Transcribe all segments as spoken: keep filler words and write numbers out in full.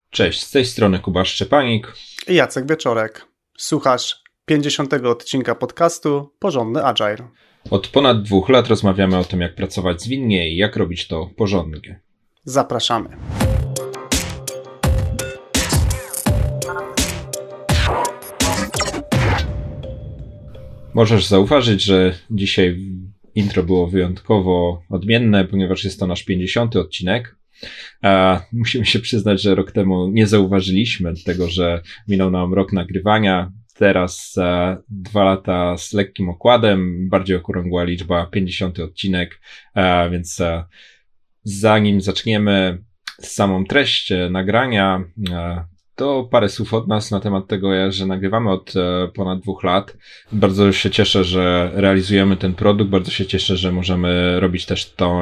Cześć, z tej strony Kuba Szczepanik i Jacek Wieczorek. Słuchasz pięćdziesiątego odcinka podcastu Porządny Agile. Od ponad dwóch lat rozmawiamy o tym, jak pracować zwinnie i jak robić to porządnie. Zapraszamy. Możesz zauważyć, że dzisiaj intro było wyjątkowo odmienne, ponieważ jest to nasz pięćdziesiąty odcinek. A musimy się przyznać, że rok temu nie zauważyliśmy tego, że minął nam rok nagrywania. Teraz e, dwa lata z lekkim okładem, bardziej okrągła liczba, pięćdziesiąty odcinek, e, więc e, zanim zaczniemy z samą treść e, nagrania, e, to parę słów od nas na temat tego, że nagrywamy od e, ponad dwóch lat. Bardzo się cieszę, że realizujemy ten produkt, bardzo się cieszę, że możemy robić też to,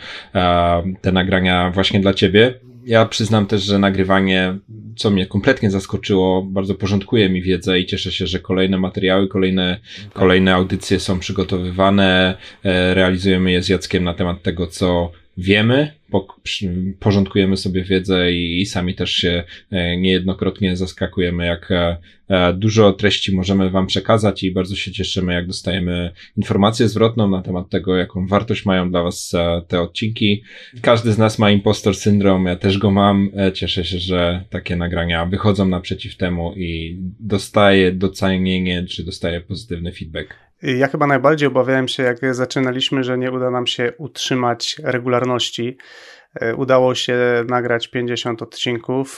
e, te nagrania właśnie dla Ciebie. Ja przyznam też, że nagrywanie, co mnie kompletnie zaskoczyło, bardzo porządkuje mi wiedzę i cieszę się, że kolejne materiały, kolejne, kolejne audycje są przygotowywane, e, realizujemy je z Jackiem na temat tego, co wiemy, po, porządkujemy sobie wiedzę i, i sami też się e, niejednokrotnie zaskakujemy, jak e, dużo treści możemy Wam przekazać i bardzo się cieszymy, jak dostajemy informację zwrotną na temat tego, jaką wartość mają dla Was e, te odcinki. Każdy z nas ma impostor syndrom, ja też go mam. E, cieszę się, że takie nagrania wychodzą naprzeciw temu i dostaję docenienie, czy dostaję pozytywny feedback. Ja chyba najbardziej obawiałem się, jak zaczynaliśmy, że nie uda nam się utrzymać regularności. Udało się nagrać pięćdziesiąt odcinków.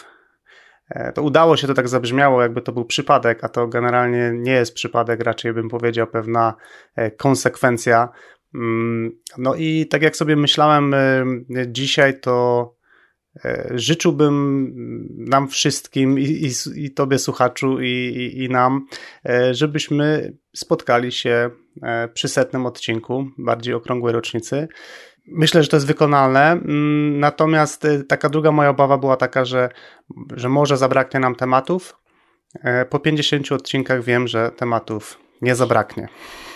To udało się, to tak zabrzmiało, jakby to był przypadek, a to generalnie nie jest przypadek, raczej bym powiedział pewna konsekwencja. No i tak jak sobie myślałem dzisiaj, to życzyłbym nam wszystkim i, i, i tobie słuchaczu i, i, i nam, żebyśmy spotkali się przy setnym odcinku, bardziej okrągłej rocznicy. Myślę, że to jest wykonalne, natomiast taka druga moja obawa była taka, że, że może zabraknie nam tematów. Po pięćdziesięciu odcinkach wiem, że tematów nie zabraknie.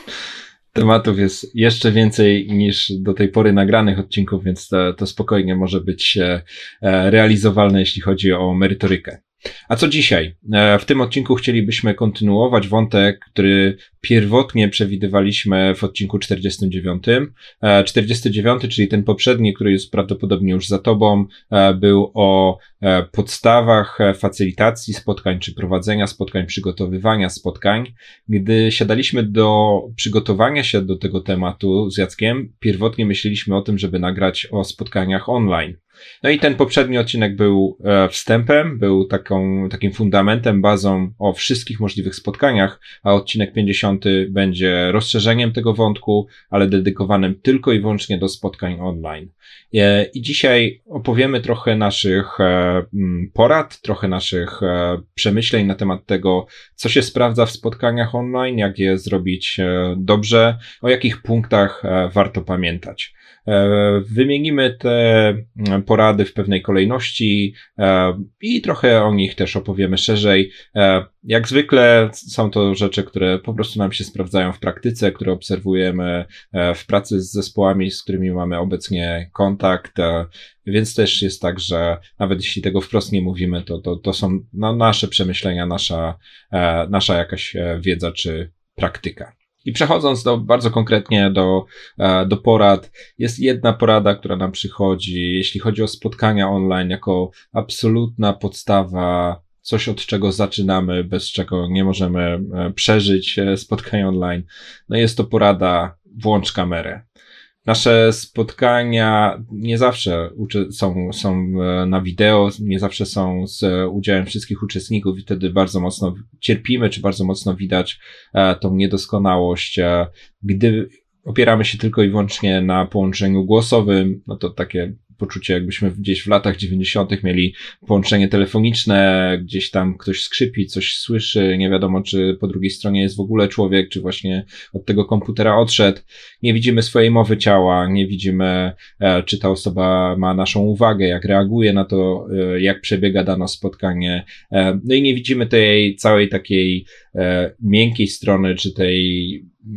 Tematów jest jeszcze więcej niż do tej pory nagranych odcinków, więc to, to spokojnie może być realizowalne, jeśli chodzi o merytorykę. A co dzisiaj? W tym odcinku chcielibyśmy kontynuować wątek, który pierwotnie przewidywaliśmy w odcinku czterdziestym dziewiątym. czterdziesty dziewiąty, czyli ten poprzedni, który jest prawdopodobnie już za tobą, był o podstawach facylitacji spotkań, czy prowadzenia spotkań, przygotowywania spotkań. Gdy siadaliśmy do przygotowania się do tego tematu z Jackiem, pierwotnie myśleliśmy o tym, żeby nagrać o spotkaniach online. No i ten poprzedni odcinek był e, wstępem, był taką, takim fundamentem, bazą o wszystkich możliwych spotkaniach, a odcinek pięćdziesiąty będzie rozszerzeniem tego wątku, ale dedykowanym tylko i wyłącznie do spotkań online. E, I dzisiaj opowiemy trochę naszych e, porad, trochę naszych e, przemyśleń na temat tego, co się sprawdza w spotkaniach online, jak je zrobić e, dobrze, o jakich punktach e, warto pamiętać. Wymienimy te porady w pewnej kolejności i trochę o nich też opowiemy szerzej. Jak zwykle są to rzeczy, które po prostu nam się sprawdzają w praktyce, które obserwujemy w pracy z zespołami, z którymi mamy obecnie kontakt, więc też jest tak, że nawet jeśli tego wprost nie mówimy, to, to, to są no, nasze przemyślenia, nasza, nasza jakaś wiedza czy praktyka. I przechodząc do, bardzo konkretnie do, do porad, jest jedna porada, która nam przychodzi, jeśli chodzi o spotkania online, jako absolutna podstawa, coś od czego zaczynamy, bez czego nie możemy przeżyć spotkań online. No jest to porada, włącz kamerę. Nasze spotkania nie zawsze są, są na wideo, nie zawsze są z udziałem wszystkich uczestników i wtedy bardzo mocno cierpimy, czy bardzo mocno widać tą niedoskonałość. Gdy opieramy się tylko i wyłącznie na połączeniu głosowym, no to takie poczucie, jakbyśmy gdzieś w latach dziewięćdziesiątych mieli połączenie telefoniczne, gdzieś tam ktoś skrzypi, coś słyszy, nie wiadomo, czy po drugiej stronie jest w ogóle człowiek, czy właśnie od tego komputera odszedł. Nie widzimy swojej mowy ciała, nie widzimy, e, czy ta osoba ma naszą uwagę, jak reaguje na to, e, jak przebiega dane spotkanie. E, no i nie widzimy tej całej takiej e, miękkiej strony, czy tej no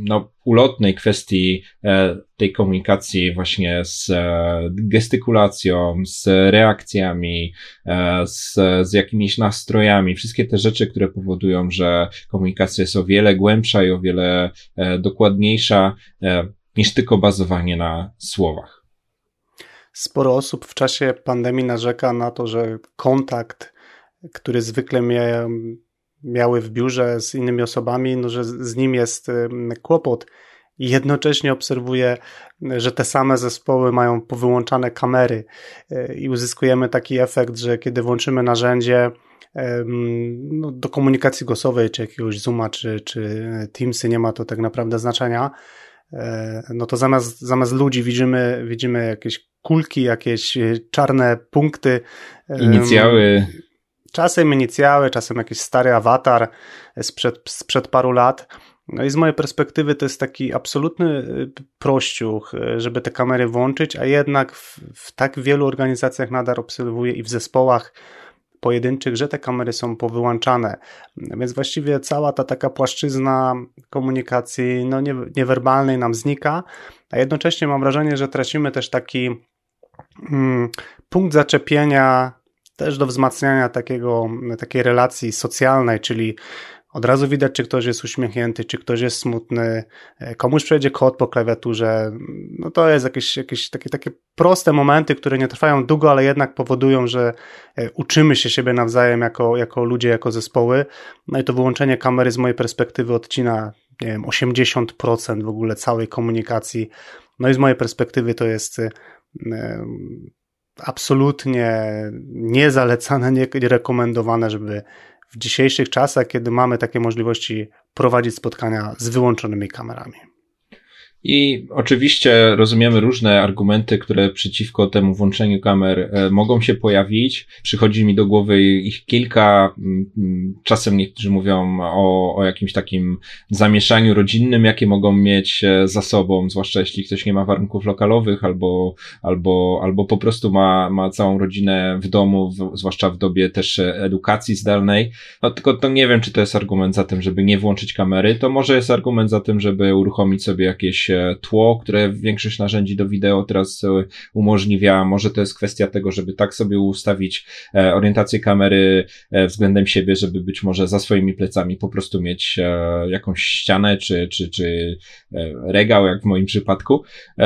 ulotnej kwestii tej komunikacji właśnie z gestykulacją, z reakcjami, z, z jakimiś nastrojami, wszystkie te rzeczy, które powodują, że komunikacja jest o wiele głębsza i o wiele dokładniejsza niż tylko bazowanie na słowach. Sporo osób w czasie pandemii narzeka na to, że kontakt, który zwykle mia, miały w biurze z innymi osobami, no, że z nim jest kłopot. I jednocześnie obserwuję, że te same zespoły mają powyłączane kamery i uzyskujemy taki efekt, że kiedy włączymy narzędzie no, do komunikacji głosowej, czy jakiegoś Zooma, czy, czy Teamsy, nie ma to tak naprawdę znaczenia, no to zamiast, zamiast ludzi widzimy, widzimy jakieś kulki, jakieś czarne punkty. Inicjały. Czasem inicjały, czasem jakiś stary awatar sprzed, sprzed paru lat. No i z mojej perspektywy to jest taki absolutny prościuch, żeby te kamery włączyć, a jednak w, w tak wielu organizacjach nadal obserwuję i w zespołach pojedynczych, że te kamery są powyłączane. Więc właściwie cała ta taka płaszczyzna komunikacji no nie, niewerbalnej nam znika, a jednocześnie mam wrażenie, że tracimy też taki mm, punkt zaczepienia też do wzmacniania takiego, takiej relacji socjalnej, czyli od razu widać, czy ktoś jest uśmiechnięty, czy ktoś jest smutny, komuś przejdzie kod po klawiaturze. No to jest jakieś, jakieś takie, takie proste momenty, które nie trwają długo, ale jednak powodują, że uczymy się siebie nawzajem jako, jako ludzie, jako zespoły. No i to wyłączenie kamery z mojej perspektywy odcina, nie wiem, osiemdziesiąt procent w ogóle całej komunikacji. No i z mojej perspektywy to jest absolutnie niezalecane, nierekomendowane, żeby w dzisiejszych czasach, kiedy mamy takie możliwości, prowadzić spotkania z wyłączonymi kamerami. I oczywiście rozumiemy różne argumenty, które przeciwko temu włączeniu kamer mogą się pojawić. Przychodzi mi do głowy ich kilka. Czasem niektórzy mówią o, o jakimś takim zamieszaniu rodzinnym, jakie mogą mieć za sobą, zwłaszcza jeśli ktoś nie ma warunków lokalowych albo, albo, albo po prostu ma, ma całą rodzinę w domu, w, zwłaszcza w dobie też edukacji zdalnej. No tylko to nie wiem, czy to jest argument za tym, żeby nie włączyć kamery. To może jest argument za tym, żeby uruchomić sobie jakieś tło, które większość narzędzi do wideo teraz umożliwia. Może to jest kwestia tego, żeby tak sobie ustawić orientację kamery względem siebie, żeby być może za swoimi plecami po prostu mieć jakąś ścianę, czy, czy, czy regał, jak w moim przypadku.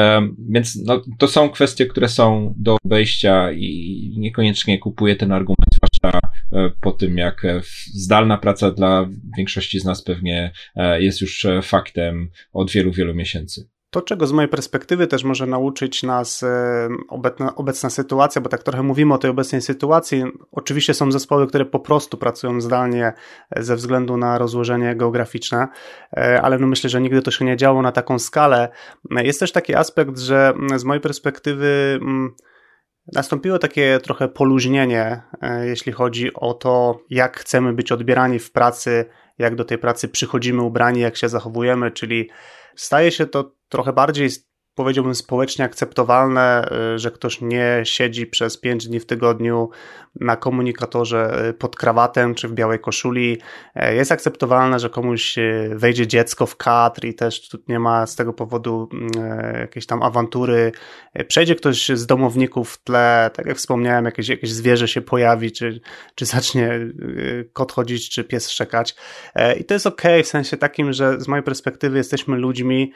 Więc no, to są kwestie, które są do obejścia i niekoniecznie kupuję ten argument, zwłaszcza po tym, jak zdalna praca dla większości z nas pewnie jest już faktem od wielu, wielu miesięcy. To, czego z mojej perspektywy też może nauczyć nas obecna, obecna sytuacja, bo tak trochę mówimy o tej obecnej sytuacji. Oczywiście są zespoły, które po prostu pracują zdalnie ze względu na rozłożenie geograficzne, ale no myślę, że nigdy to się nie działo na taką skalę. Jest też taki aspekt, że z mojej perspektywy nastąpiło takie trochę poluźnienie, jeśli chodzi o to, jak chcemy być odbierani w pracy, jak do tej pracy przychodzimy ubrani, jak się zachowujemy, czyli staje się to trochę bardziej, powiedziałbym, społecznie akceptowalne, że ktoś nie siedzi przez pięć dni w tygodniu na komunikatorze pod krawatem czy w białej koszuli. Jest akceptowalne, że komuś wejdzie dziecko w kadr i też tu nie ma z tego powodu jakiejś tam awantury. Przejdzie ktoś z domowników w tle, tak jak wspomniałem, jakieś, jakieś zwierzę się pojawi, czy, czy zacznie kot chodzić, czy pies szczekać. I to jest okej, w sensie takim, że z mojej perspektywy jesteśmy ludźmi,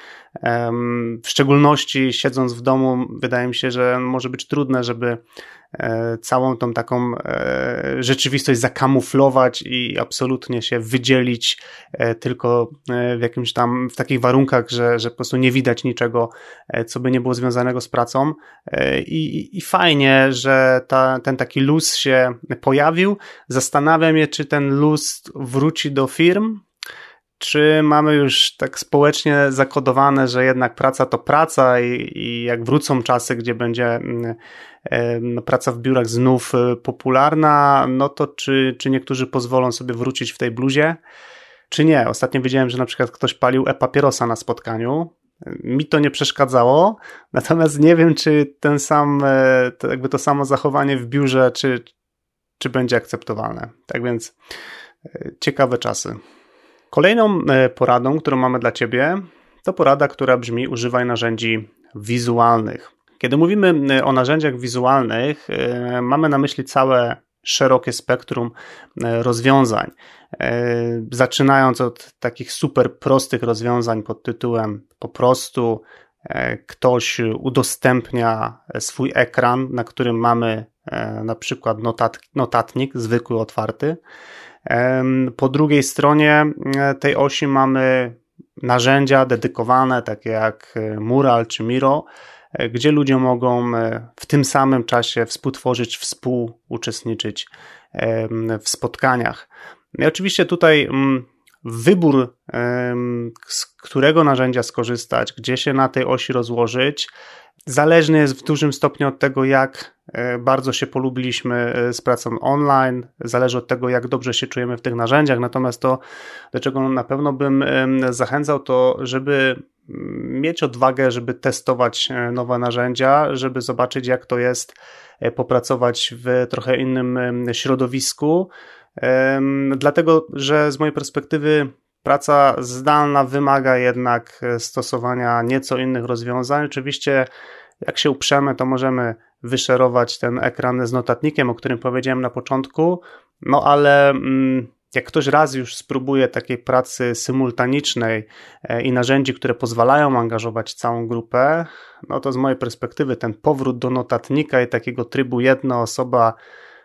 w szczególności siedząc w domu, wydaje mi się, że może być trudne, żeby całą tą taką rzeczywistość zakamuflować i absolutnie się wydzielić tylko w jakimś tam, w takich warunkach, że, że po prostu nie widać niczego, co by nie było związanego z pracą. I, i fajnie, że ta, ten taki luz się pojawił. Zastanawiam się, czy ten luz wróci do firm, czy mamy już tak społecznie zakodowane, że jednak praca to praca i, i jak wrócą czasy, gdzie będzie e, praca w biurach znów popularna, no to czy, czy niektórzy pozwolą sobie wrócić w tej bluzie, czy nie? Ostatnio widziałem, że na przykład ktoś palił e-papierosa na spotkaniu. Mi to nie przeszkadzało, natomiast nie wiem, czy ten sam, to jakby to samo zachowanie w biurze, czy, czy będzie akceptowalne. Tak więc ciekawe czasy. Kolejną poradą, którą mamy dla Ciebie, to porada, która brzmi: używaj narzędzi wizualnych. Kiedy mówimy o narzędziach wizualnych, mamy na myśli całe szerokie spektrum rozwiązań. Zaczynając od takich super prostych rozwiązań pod tytułem po prostu ktoś udostępnia swój ekran, na którym mamy na przykład notat, notatnik zwykły, otwarty. Po drugiej stronie tej osi mamy narzędzia dedykowane, takie jak Mural czy Miro, gdzie ludzie mogą w tym samym czasie współtworzyć, współuczestniczyć w spotkaniach. I oczywiście tutaj wybór, z którego narzędzia skorzystać, gdzie się na tej osi rozłożyć, zależny jest w dużym stopniu od tego, jak bardzo się polubiliśmy z pracą online, zależy od tego, jak dobrze się czujemy w tych narzędziach. Natomiast to, do czego na pewno bym zachęcał, to żeby mieć odwagę, żeby testować nowe narzędzia, żeby zobaczyć, jak to jest popracować w trochę innym środowisku. Dlatego, że z mojej perspektywy praca zdalna wymaga jednak stosowania nieco innych rozwiązań. Oczywiście, jak się uprzemy, to możemy wyszerować ten ekran z notatnikiem, o którym powiedziałem na początku, no ale jak ktoś raz już spróbuje takiej pracy symultanicznej i narzędzi, które pozwalają angażować całą grupę, no to z mojej perspektywy ten powrót do notatnika i takiego trybu jedna osoba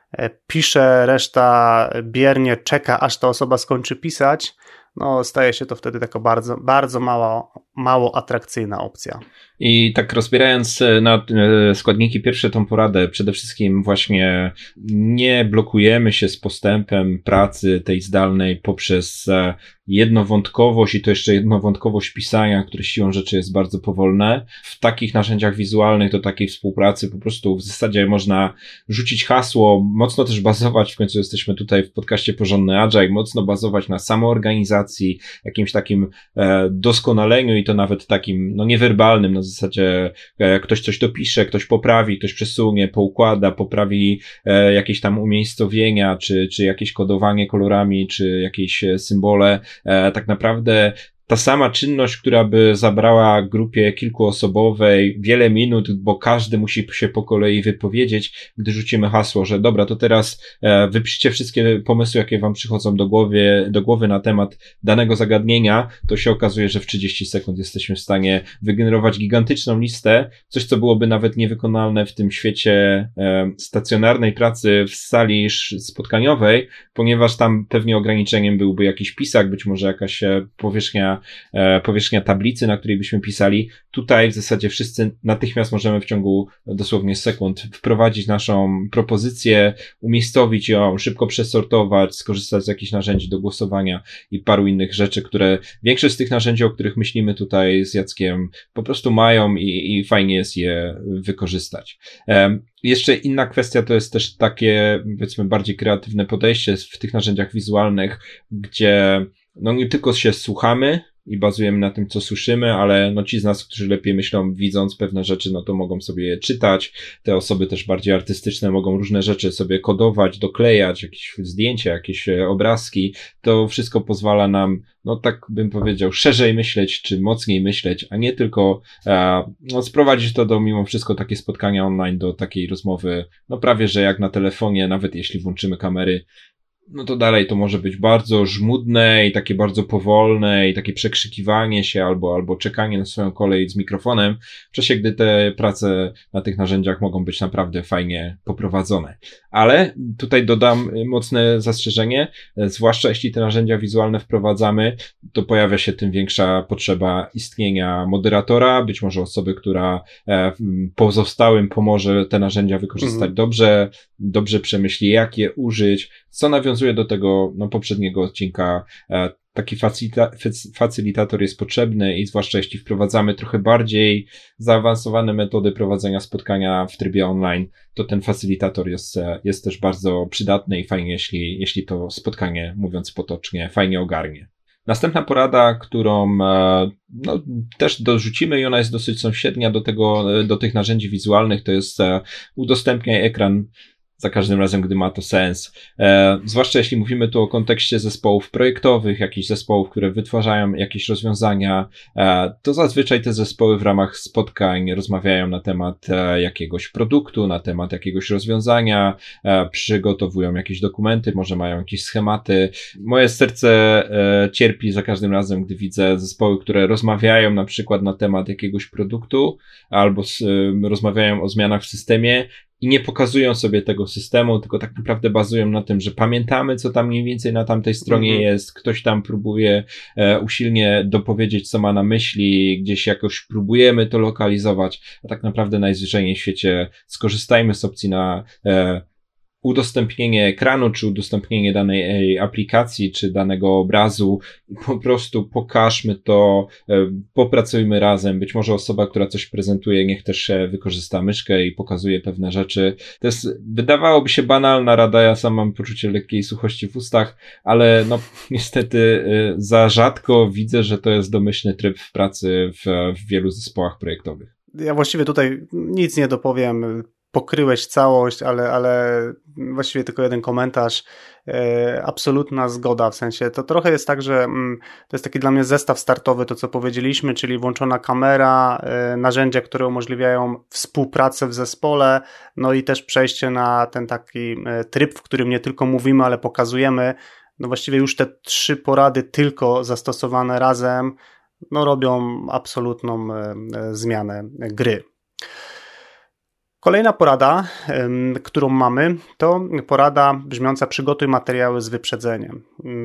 pisze, reszta biernie czeka, aż ta osoba skończy pisać, no staje się to wtedy taka bardzo, bardzo mało, mało atrakcyjna opcja. I tak rozbierając na składniki pierwsze tą poradę, przede wszystkim właśnie nie blokujemy się z postępem pracy tej zdalnej poprzez jednowątkowość i to jeszcze jednowątkowość pisania, które siłą rzeczy jest bardzo powolne. W takich narzędziach wizualnych do takiej współpracy po prostu w zasadzie można rzucić hasło, mocno też bazować, w końcu jesteśmy tutaj w podcaście Porządny Agile, mocno bazować na samoorganizacji, jakimś takim e, doskonaleniu i to nawet takim, no niewerbalnym, na zasadzie e, ktoś coś dopisze, ktoś poprawi, ktoś przesunie, poukłada, poprawi e, jakieś tam umiejscowienia, czy, czy jakieś kodowanie kolorami, czy jakieś symbole. E, tak naprawdę ta sama czynność, która by zabrała grupie kilkuosobowej wiele minut, bo każdy musi się po kolei wypowiedzieć, gdy rzucimy hasło, że dobra, to teraz e, wypiszcie wszystkie pomysły, jakie wam przychodzą do głowy, do głowy na temat danego zagadnienia, to się okazuje, że w trzydzieści sekund jesteśmy w stanie wygenerować gigantyczną listę, coś, co byłoby nawet niewykonalne w tym świecie e, stacjonarnej pracy w sali spotkaniowej, ponieważ tam pewnie ograniczeniem byłby jakiś pisak, być może jakaś e, powierzchnia powierzchnia tablicy, na której byśmy pisali. Tutaj w zasadzie wszyscy natychmiast możemy w ciągu dosłownie sekund wprowadzić naszą propozycję, umiejscowić ją, szybko przesortować, skorzystać z jakichś narzędzi do głosowania i paru innych rzeczy, które większość z tych narzędzi, o których myślimy tutaj z Jackiem, po prostu mają i, i fajnie jest je wykorzystać. Um, Jeszcze inna kwestia to jest też takie, powiedzmy, bardziej kreatywne podejście w tych narzędziach wizualnych, gdzie no nie tylko się słuchamy i bazujemy na tym, co słyszymy, ale no ci z nas, którzy lepiej myślą, widząc pewne rzeczy, no to mogą sobie je czytać. Te osoby też bardziej artystyczne mogą różne rzeczy sobie kodować, doklejać, jakieś zdjęcia, jakieś obrazki. To wszystko pozwala nam, no tak bym powiedział, szerzej myśleć, czy mocniej myśleć, a nie tylko e, no, sprowadzić to do mimo wszystko takie spotkania online, do takiej rozmowy, no prawie, że jak na telefonie, nawet jeśli włączymy kamery, no to dalej to może być bardzo żmudne i takie bardzo powolne i takie przekrzykiwanie się albo, albo czekanie na swoją kolej z mikrofonem, w czasie gdy te prace na tych narzędziach mogą być naprawdę fajnie poprowadzone. Ale tutaj dodam mocne zastrzeżenie, zwłaszcza jeśli te narzędzia wizualne wprowadzamy, to pojawia się tym większa potrzeba istnienia moderatora, być może osoby, która pozostałym pomoże te narzędzia wykorzystać mhm. dobrze, dobrze przemyśli, jak je użyć, co nawiązuje do tego no, poprzedniego odcinka. Taki facilita- facylitator jest potrzebny i zwłaszcza jeśli wprowadzamy trochę bardziej zaawansowane metody prowadzenia spotkania w trybie online, to ten facylitator jest, jest też bardzo przydatny i fajnie, jeśli, jeśli to spotkanie, mówiąc potocznie, fajnie ogarnie. Następna porada, którą no, też dorzucimy i ona jest dosyć sąsiednia do tego, do tych narzędzi wizualnych, to jest udostępniaj ekran za każdym razem, gdy ma to sens. E, zwłaszcza jeśli mówimy tu o kontekście zespołów projektowych, jakichś zespołów, które wytwarzają jakieś rozwiązania, e, to zazwyczaj te zespoły w ramach spotkań rozmawiają na temat e, jakiegoś produktu, na temat jakiegoś rozwiązania, e, przygotowują jakieś dokumenty, może mają jakieś schematy. Moje serce e, cierpi za każdym razem, gdy widzę zespoły, które rozmawiają na przykład na temat jakiegoś produktu, albo z, e, rozmawiają o zmianach w systemie, i nie pokazują sobie tego systemu, tylko tak naprawdę bazują na tym, że pamiętamy, co tam mniej więcej na tamtej stronie mm-hmm. jest, ktoś tam próbuje e, usilnie dopowiedzieć, co ma na myśli, gdzieś jakoś próbujemy to lokalizować, a tak naprawdę najzwyczajniej w świecie skorzystajmy z opcji na e, udostępnienie ekranu, czy udostępnienie danej aplikacji, czy danego obrazu i po prostu pokażmy to, popracujmy razem. Być może osoba, która coś prezentuje, niech też wykorzysta myszkę i pokazuje pewne rzeczy. To jest, wydawałoby się banalna rada, ja sam mam poczucie lekkiej suchości w ustach, ale no niestety za rzadko widzę, że to jest domyślny tryb w pracy w, w wielu zespołach projektowych. Ja właściwie tutaj nic nie dopowiem. Pokryłeś całość, ale, ale właściwie tylko jeden komentarz. E, absolutna zgoda, w sensie to trochę jest tak, że mm, to jest taki dla mnie zestaw startowy, to co powiedzieliśmy, czyli włączona kamera, e, narzędzia, które umożliwiają współpracę w zespole, no i też przejście na ten taki e, tryb, w którym nie tylko mówimy, ale pokazujemy. No właściwie już te trzy porady tylko zastosowane razem, no robią absolutną e, e, zmianę gry. Kolejna porada, którą mamy, to porada brzmiąca: przygotuj materiały z wyprzedzeniem.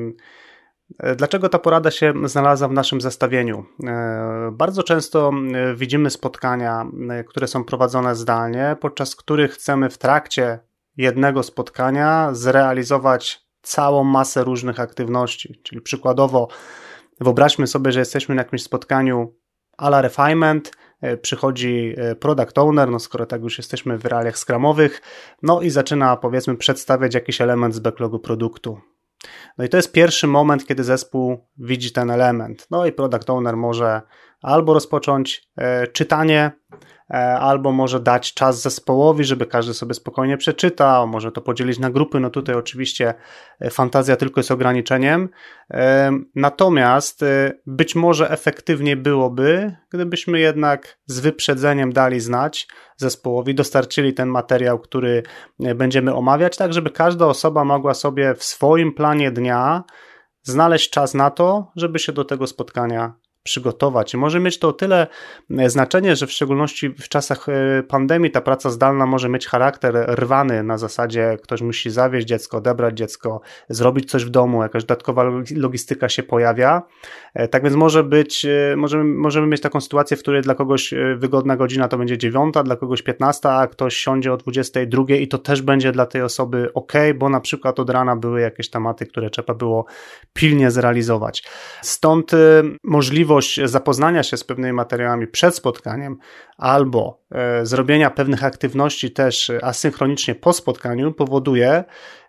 Dlaczego ta porada się znalazła w naszym zestawieniu? Bardzo często widzimy spotkania, które są prowadzone zdalnie, podczas których chcemy w trakcie jednego spotkania zrealizować całą masę różnych aktywności. Czyli przykładowo wyobraźmy sobie, że jesteśmy na jakimś spotkaniu a la refinement, przychodzi product owner, no skoro tak już jesteśmy w realiach scrumowych, no i zaczyna, powiedzmy, przedstawiać jakiś element z backlogu produktu. No i to jest pierwszy moment, kiedy zespół widzi ten element. No i product owner może albo rozpocząć e, czytanie, e, albo może dać czas zespołowi, żeby każdy sobie spokojnie przeczytał, może to podzielić na grupy. No tutaj oczywiście fantazja tylko jest ograniczeniem. E, natomiast e, być może efektywniej byłoby, gdybyśmy jednak z wyprzedzeniem dali znać zespołowi, dostarczyli ten materiał, który będziemy omawiać, tak żeby każda osoba mogła sobie w swoim planie dnia znaleźć czas na to, żeby się do tego spotkania przygotować. I może mieć to o tyle znaczenie, że w szczególności w czasach pandemii ta praca zdalna może mieć charakter rwany, na zasadzie ktoś musi zawieźć dziecko, odebrać dziecko, zrobić coś w domu, jakaś dodatkowa logistyka się pojawia. Tak więc może być, możemy, możemy mieć taką sytuację, w której dla kogoś wygodna godzina to będzie dziewiąta, dla kogoś piętnasta, a ktoś siądzie o dwudziestej drugiej i to też będzie dla tej osoby ok, bo na przykład od rana były jakieś tematy, które trzeba było pilnie zrealizować. Stąd możliwość zapoznania się z pewnymi materiałami przed spotkaniem albo e, zrobienia pewnych aktywności też asynchronicznie po spotkaniu powoduje,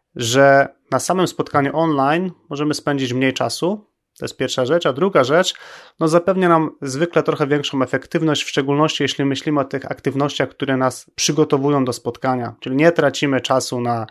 że na samym spotkaniu online możemy spędzić mniej czasu. To jest pierwsza rzecz, a druga rzecz, no zapewnia nam zwykle trochę większą efektywność, w szczególności jeśli myślimy o tych aktywnościach, które nas przygotowują do spotkania, czyli nie tracimy czasu na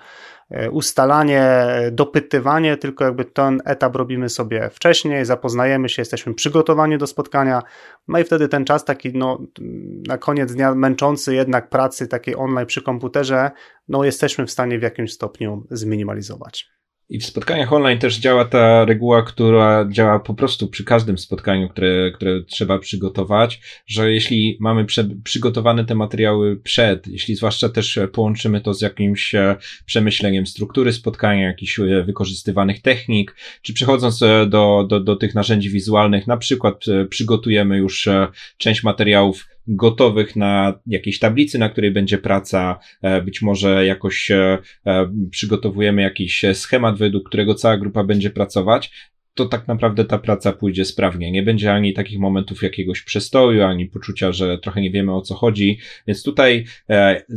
ustalanie, dopytywanie, tylko jakby ten etap robimy sobie wcześniej, zapoznajemy się, jesteśmy przygotowani do spotkania, no i wtedy ten czas taki no na koniec dnia męczący jednak pracy takiej online przy komputerze, no jesteśmy w stanie w jakimś stopniu zminimalizować. I w spotkaniach online też działa ta reguła, która działa po prostu przy każdym spotkaniu, które, które trzeba przygotować, że jeśli mamy prze, przygotowane te materiały przed, jeśli zwłaszcza też połączymy to z jakimś przemyśleniem struktury spotkania, jakichś wykorzystywanych technik, czy przechodząc do, do, do tych narzędzi wizualnych, na przykład przygotujemy już część materiałów gotowych na jakiejś tablicy, na której będzie praca, być może jakoś przygotowujemy jakiś schemat, według którego cała grupa będzie pracować, to tak naprawdę ta praca pójdzie sprawnie. Nie będzie ani takich momentów jakiegoś przestoju, ani poczucia, że trochę nie wiemy, o co chodzi, więc tutaj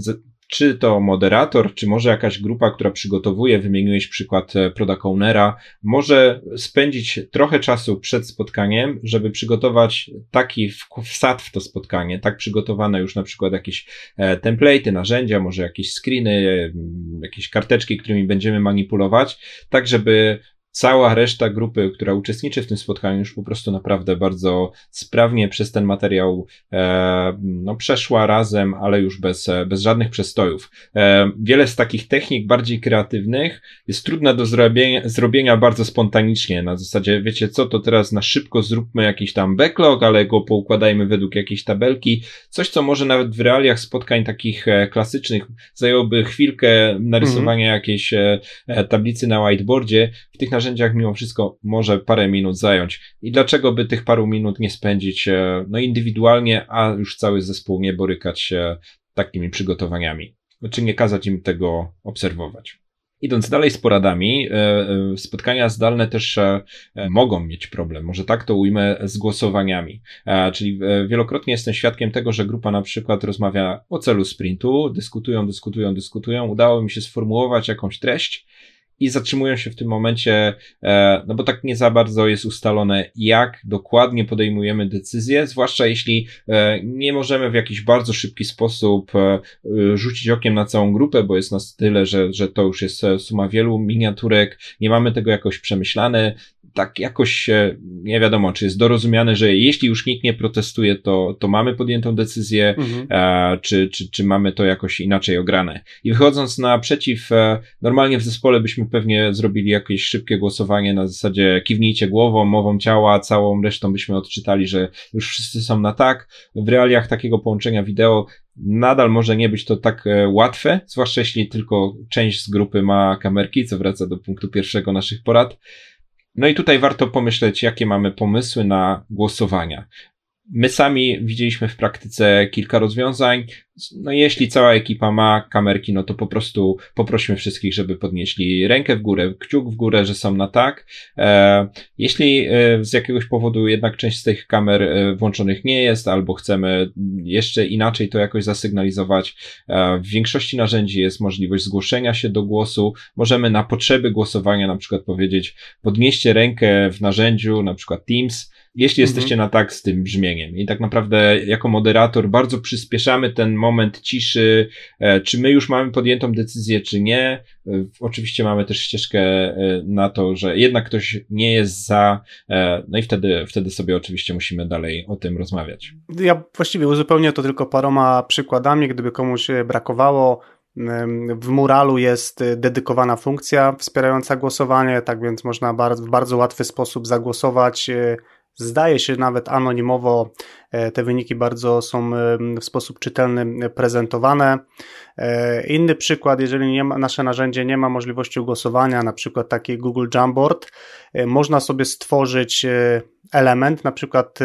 czy to moderator, czy może jakaś grupa, która przygotowuje, wymieniłeś przykład product ownera, może spędzić trochę czasu przed spotkaniem, żeby przygotować taki wsad w to spotkanie, tak przygotowane już na przykład jakieś template'y, narzędzia, może jakieś screeny, jakieś karteczki, którymi będziemy manipulować, tak żeby cała reszta grupy, która uczestniczy w tym spotkaniu, już po prostu naprawdę bardzo sprawnie przez ten materiał e, no, przeszła razem, ale już bez, bez żadnych przestojów. E, wiele z takich technik bardziej kreatywnych jest trudne do zrobienia, zrobienia bardzo spontanicznie. Na zasadzie, wiecie co, to teraz na szybko zróbmy jakiś tam backlog, ale go poukładajmy według jakiejś tabelki. Coś, co może nawet w realiach spotkań takich e, klasycznych zajęłoby chwilkę narysowania mm-hmm. jakiejś e, tablicy na whiteboardzie. W tych narzędziach mimo wszystko może parę minut zająć. I dlaczego by tych paru minut nie spędzić no indywidualnie, a już cały zespół nie borykać się takimi przygotowaniami? Czy nie kazać im tego obserwować? Idąc dalej z poradami, spotkania zdalne też mogą mieć problem, może tak to ujmę, z głosowaniami. Czyli wielokrotnie jestem świadkiem tego, że grupa na przykład rozmawia o celu sprintu, dyskutują, dyskutują, dyskutują, udało mi się sformułować jakąś treść, i zatrzymują się w tym momencie, no bo tak nie za bardzo jest ustalone, jak dokładnie podejmujemy decyzje, zwłaszcza jeśli nie możemy w jakiś bardzo szybki sposób rzucić okiem na całą grupę, bo jest nas tyle, że, że to już jest suma wielu miniaturek, nie mamy tego jakoś przemyślane, tak jakoś nie wiadomo, czy jest dorozumiane, że jeśli już nikt nie protestuje, to, to mamy podjętą decyzję, mhm. czy, czy, czy mamy to jakoś inaczej ograne. I wychodząc naprzeciw, normalnie w zespole byśmy pewnie zrobili jakieś szybkie głosowanie na zasadzie kiwnijcie głową, mową ciała, całą resztą byśmy odczytali, że już wszyscy są na tak. W realiach takiego połączenia wideo nadal może nie być to tak łatwe, zwłaszcza jeśli tylko część z grupy ma kamerki, co wraca do punktu pierwszego naszych porad. No i tutaj warto pomyśleć, jakie mamy pomysły na głosowania. My sami widzieliśmy w praktyce kilka rozwiązań. No jeśli cała ekipa ma kamerki, no to po prostu poprośmy wszystkich, żeby podnieśli rękę w górę, kciuk w górę, że są na tak. E, jeśli e, z jakiegoś powodu jednak część z tych kamer e, włączonych nie jest, albo chcemy jeszcze inaczej to jakoś zasygnalizować, e, w większości narzędzi jest możliwość zgłoszenia się do głosu. Możemy na potrzeby głosowania na przykład powiedzieć, podnieście rękę w narzędziu, na przykład Teams, jeśli mhm. jesteście na tak z tym brzmieniem. I tak naprawdę jako moderator bardzo przyspieszamy ten moment ciszy, e, czy my już mamy podjętą decyzję, czy nie. E, oczywiście mamy też ścieżkę e, na to, że jednak ktoś nie jest za, e, no i wtedy, wtedy sobie oczywiście musimy dalej o tym rozmawiać. Ja właściwie uzupełnię to tylko paroma przykładami, gdyby komuś brakowało. W Muralu jest dedykowana funkcja wspierająca głosowanie, tak więc można w bardzo łatwy sposób zagłosować. Zdaje się nawet anonimowo, te wyniki bardzo są w sposób czytelny prezentowane. Inny przykład, jeżeli nie ma, nasze narzędzie nie ma możliwości głosowania, na przykład taki Google Jamboard, można sobie stworzyć element, na przykład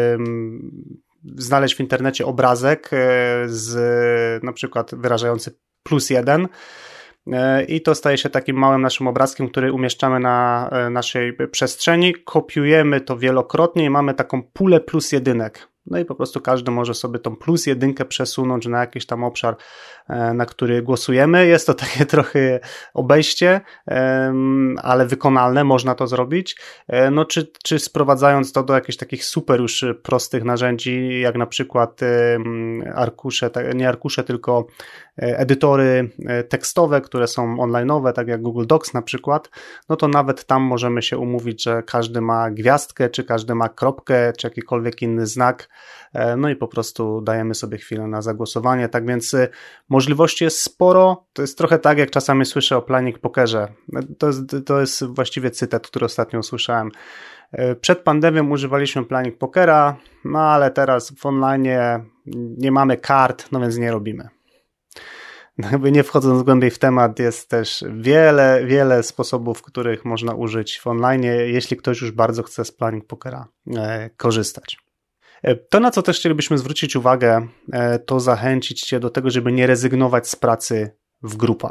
znaleźć w internecie obrazek z na przykład wyrażający plus jeden, i to staje się takim małym naszym obrazkiem, który umieszczamy na naszej przestrzeni, kopiujemy to wielokrotnie i mamy taką pulę plus jedynek. No i po prostu każdy może sobie tą plus jedynkę przesunąć na jakiś tam obszar, na który głosujemy. Jest to takie trochę obejście, ale wykonalne, można to zrobić. No czy, czy sprowadzając to do jakichś takich super już prostych narzędzi, jak na przykład arkusze, nie arkusze, tylko edytory tekstowe, które są online'owe, tak jak Google Docs na przykład, no to nawet tam możemy się umówić, że każdy ma gwiazdkę, czy każdy ma kropkę, czy jakikolwiek inny znak, no i po prostu dajemy sobie chwilę na zagłosowanie. Tak więc możliwości jest sporo. To jest trochę tak, jak czasami słyszę o Planning Pokerze. To jest, to jest właściwie cytat, który ostatnio usłyszałem. Przed pandemią używaliśmy Planning Pokera, no ale teraz w online nie mamy kart, no więc nie robimy. Jakby nie wchodząc głębiej w temat, jest też wiele, wiele sposobów, których można użyć w online, jeśli ktoś już bardzo chce z Planning Pokera e, korzystać. To, na co też chcielibyśmy zwrócić uwagę, to zachęcić Cię do tego, żeby nie rezygnować z pracy w grupach.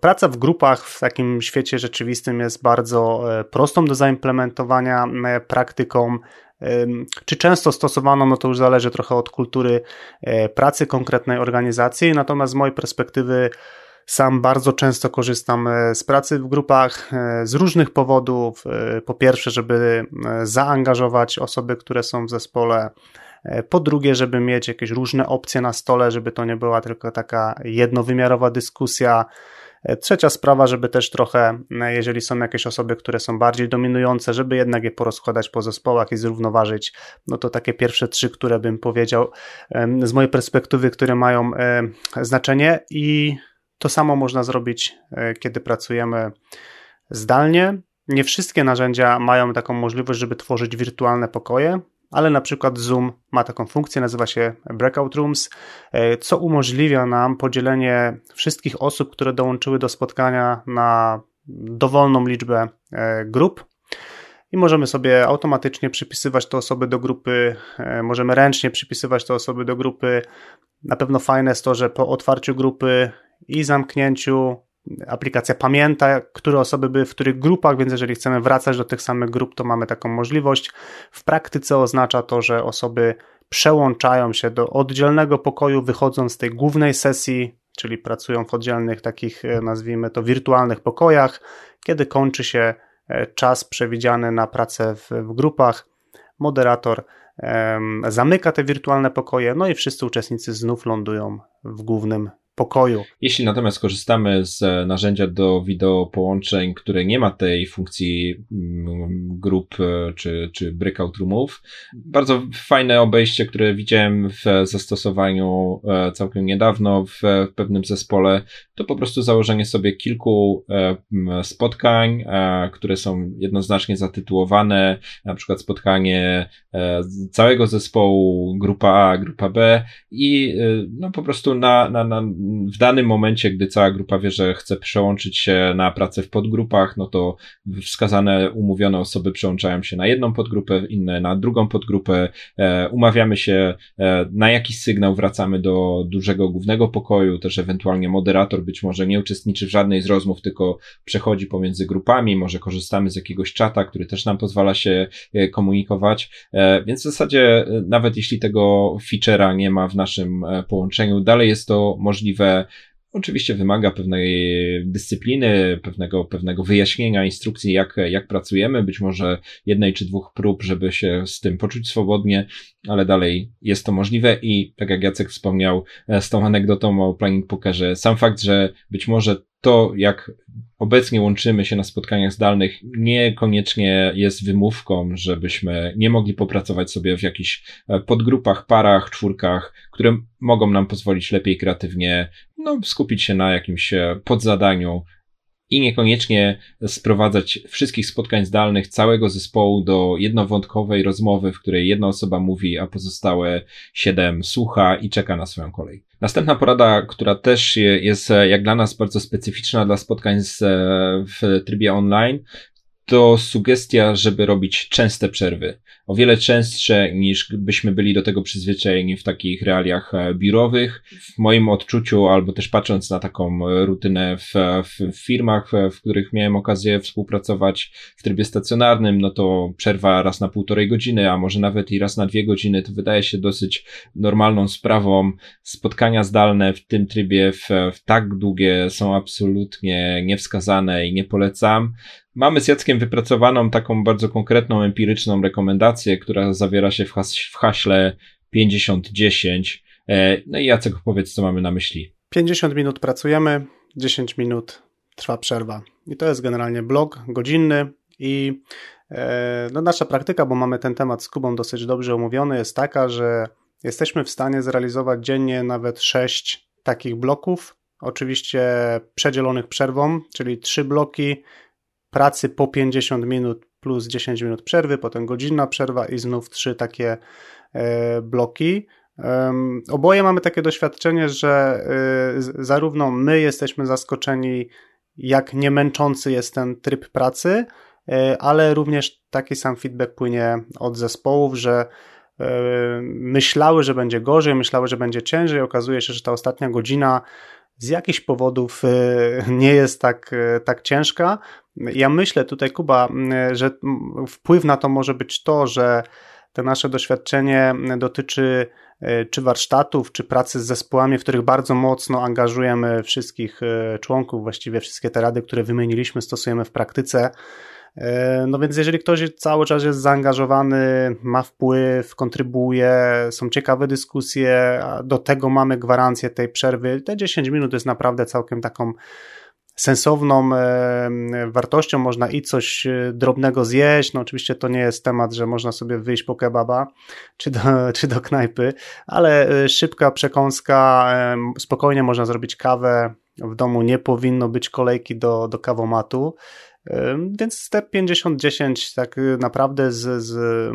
Praca w grupach w takim świecie rzeczywistym jest bardzo prostą do zaimplementowania praktyką. Czy często stosowaną, no to już zależy trochę od kultury pracy konkretnej organizacji, natomiast z mojej perspektywy sam bardzo często korzystam z pracy w grupach z różnych powodów. Po pierwsze, żeby zaangażować osoby, które są w zespole. Po drugie, żeby mieć jakieś różne opcje na stole, żeby to nie była tylko taka jednowymiarowa dyskusja. Trzecia sprawa, żeby też trochę, jeżeli są jakieś osoby, które są bardziej dominujące, żeby jednak je porozkładać po zespołach i zrównoważyć. No to takie pierwsze trzy, które bym powiedział z mojej perspektywy, które mają znaczenie i to samo można zrobić, kiedy pracujemy zdalnie. Nie wszystkie narzędzia mają taką możliwość, żeby tworzyć wirtualne pokoje, ale na przykład Zoom ma taką funkcję, nazywa się Breakout Rooms, co umożliwia nam podzielenie wszystkich osób, które dołączyły do spotkania na dowolną liczbę grup i możemy sobie automatycznie przypisywać te osoby do grupy, możemy ręcznie przypisywać te osoby do grupy. Na pewno fajne jest to, że po otwarciu grupy i zamknięciu aplikacja pamięta, które osoby były w których grupach, więc jeżeli chcemy wracać do tych samych grup, to mamy taką możliwość. W praktyce oznacza to, że osoby przełączają się do oddzielnego pokoju, wychodzą z tej głównej sesji, czyli pracują w oddzielnych takich, nazwijmy to, wirtualnych pokojach. Kiedy kończy się czas przewidziany na pracę w, w grupach, moderator um, zamyka te wirtualne pokoje, no i wszyscy uczestnicy znów lądują w głównym pokoju. Jeśli natomiast korzystamy z narzędzia do wideo połączeń, które nie ma tej funkcji grup czy, czy breakout roomów, bardzo fajne obejście, które widziałem w zastosowaniu całkiem niedawno w pewnym zespole, to po prostu założenie sobie kilku spotkań, które są jednoznacznie zatytułowane, na przykład spotkanie całego zespołu, grupa A, grupa B i no po prostu na, na, na w danym momencie, gdy cała grupa wie, że chce przełączyć się na pracę w podgrupach, no to wskazane, umówione osoby przełączają się na jedną podgrupę, inne na drugą podgrupę, e, umawiamy się, e, na jaki sygnał wracamy do dużego głównego pokoju, też ewentualnie moderator być może nie uczestniczy w żadnej z rozmów, tylko przechodzi pomiędzy grupami, może korzystamy z jakiegoś czata, który też nam pozwala się e, komunikować, e, więc w zasadzie e, nawet jeśli tego feature'a nie ma w naszym e, połączeniu, dalej jest to możliwe. Oczywiście wymaga pewnej dyscypliny, pewnego, pewnego wyjaśnienia, instrukcji, jak, jak pracujemy, być może jednej czy dwóch prób, żeby się z tym poczuć swobodnie, ale dalej jest to możliwe i tak jak Jacek wspomniał z tą anegdotą o Planning Pokerze, sam fakt, że być może to, jak obecnie łączymy się na spotkaniach zdalnych, niekoniecznie jest wymówką, żebyśmy nie mogli popracować sobie w jakichś podgrupach, parach, czwórkach, które mogą nam pozwolić lepiej kreatywnie no, skupić się na jakimś podzadaniu i niekoniecznie sprowadzać wszystkich spotkań zdalnych całego zespołu do jednowątkowej rozmowy, w której jedna osoba mówi, a pozostałe siedem słucha i czeka na swoją kolej. Następna porada, która też jest jak dla nas bardzo specyficzna dla spotkań z, w trybie online, to sugestia, żeby robić częste przerwy. O wiele częstsze niż byśmy byli do tego przyzwyczajeni w takich realiach biurowych. W moim odczuciu, albo też patrząc na taką rutynę w, w firmach, w których miałem okazję współpracować w trybie stacjonarnym, no to przerwa raz na półtorej godziny, a może nawet i raz na dwie godziny, to wydaje się dosyć normalną sprawą. Spotkania zdalne w tym trybie w, w tak długie są absolutnie niewskazane i nie polecam. Mamy z Jackiem wypracowaną taką bardzo konkretną, empiryczną rekomendację, która zawiera się w, has- w haśle pięćdziesiąt dziesięć. No i Jacek, powiedz, co mamy na myśli. pięćdziesiąt minut pracujemy, dziesięć minut trwa przerwa. I to jest generalnie blok godzinny i e, no nasza praktyka, bo mamy ten temat z Kubą dosyć dobrze omówiony, jest taka, że jesteśmy w stanie zrealizować dziennie nawet sześć takich bloków, oczywiście przedzielonych przerwą, czyli trzy bloki pracy po pięćdziesiąt minut plus dziesięć minut przerwy, potem godzinna przerwa i znów trzy takie e, bloki. Um, oboje mamy takie doświadczenie, że y, zarówno my jesteśmy zaskoczeni, jak niemęczący jest ten tryb pracy, y, ale również taki sam feedback płynie od zespołów, że y, myślały, że będzie gorzej, myślały, że będzie ciężej. Okazuje się, że ta ostatnia godzina z jakichś powodów nie jest tak, tak ciężka. Ja myślę tutaj, Kuba, że wpływ na to może być to, że to nasze doświadczenie dotyczy czy warsztatów, czy pracy z zespołami, w których bardzo mocno angażujemy wszystkich członków, właściwie wszystkie te rady, które wymieniliśmy, stosujemy w praktyce. No więc jeżeli ktoś cały czas jest zaangażowany, ma wpływ, kontrybuje, są ciekawe dyskusje, a do tego mamy gwarancję tej przerwy, te dziesięć minut jest naprawdę całkiem taką sensowną wartością, można i coś drobnego zjeść, no oczywiście to nie jest temat, że można sobie wyjść po kebaba czy do, czy do knajpy, ale szybka przekąska, spokojnie można zrobić kawę, w domu nie powinno być kolejki do, do kawomatu, więc te pięćdziesiąt dziesięć tak naprawdę z, z,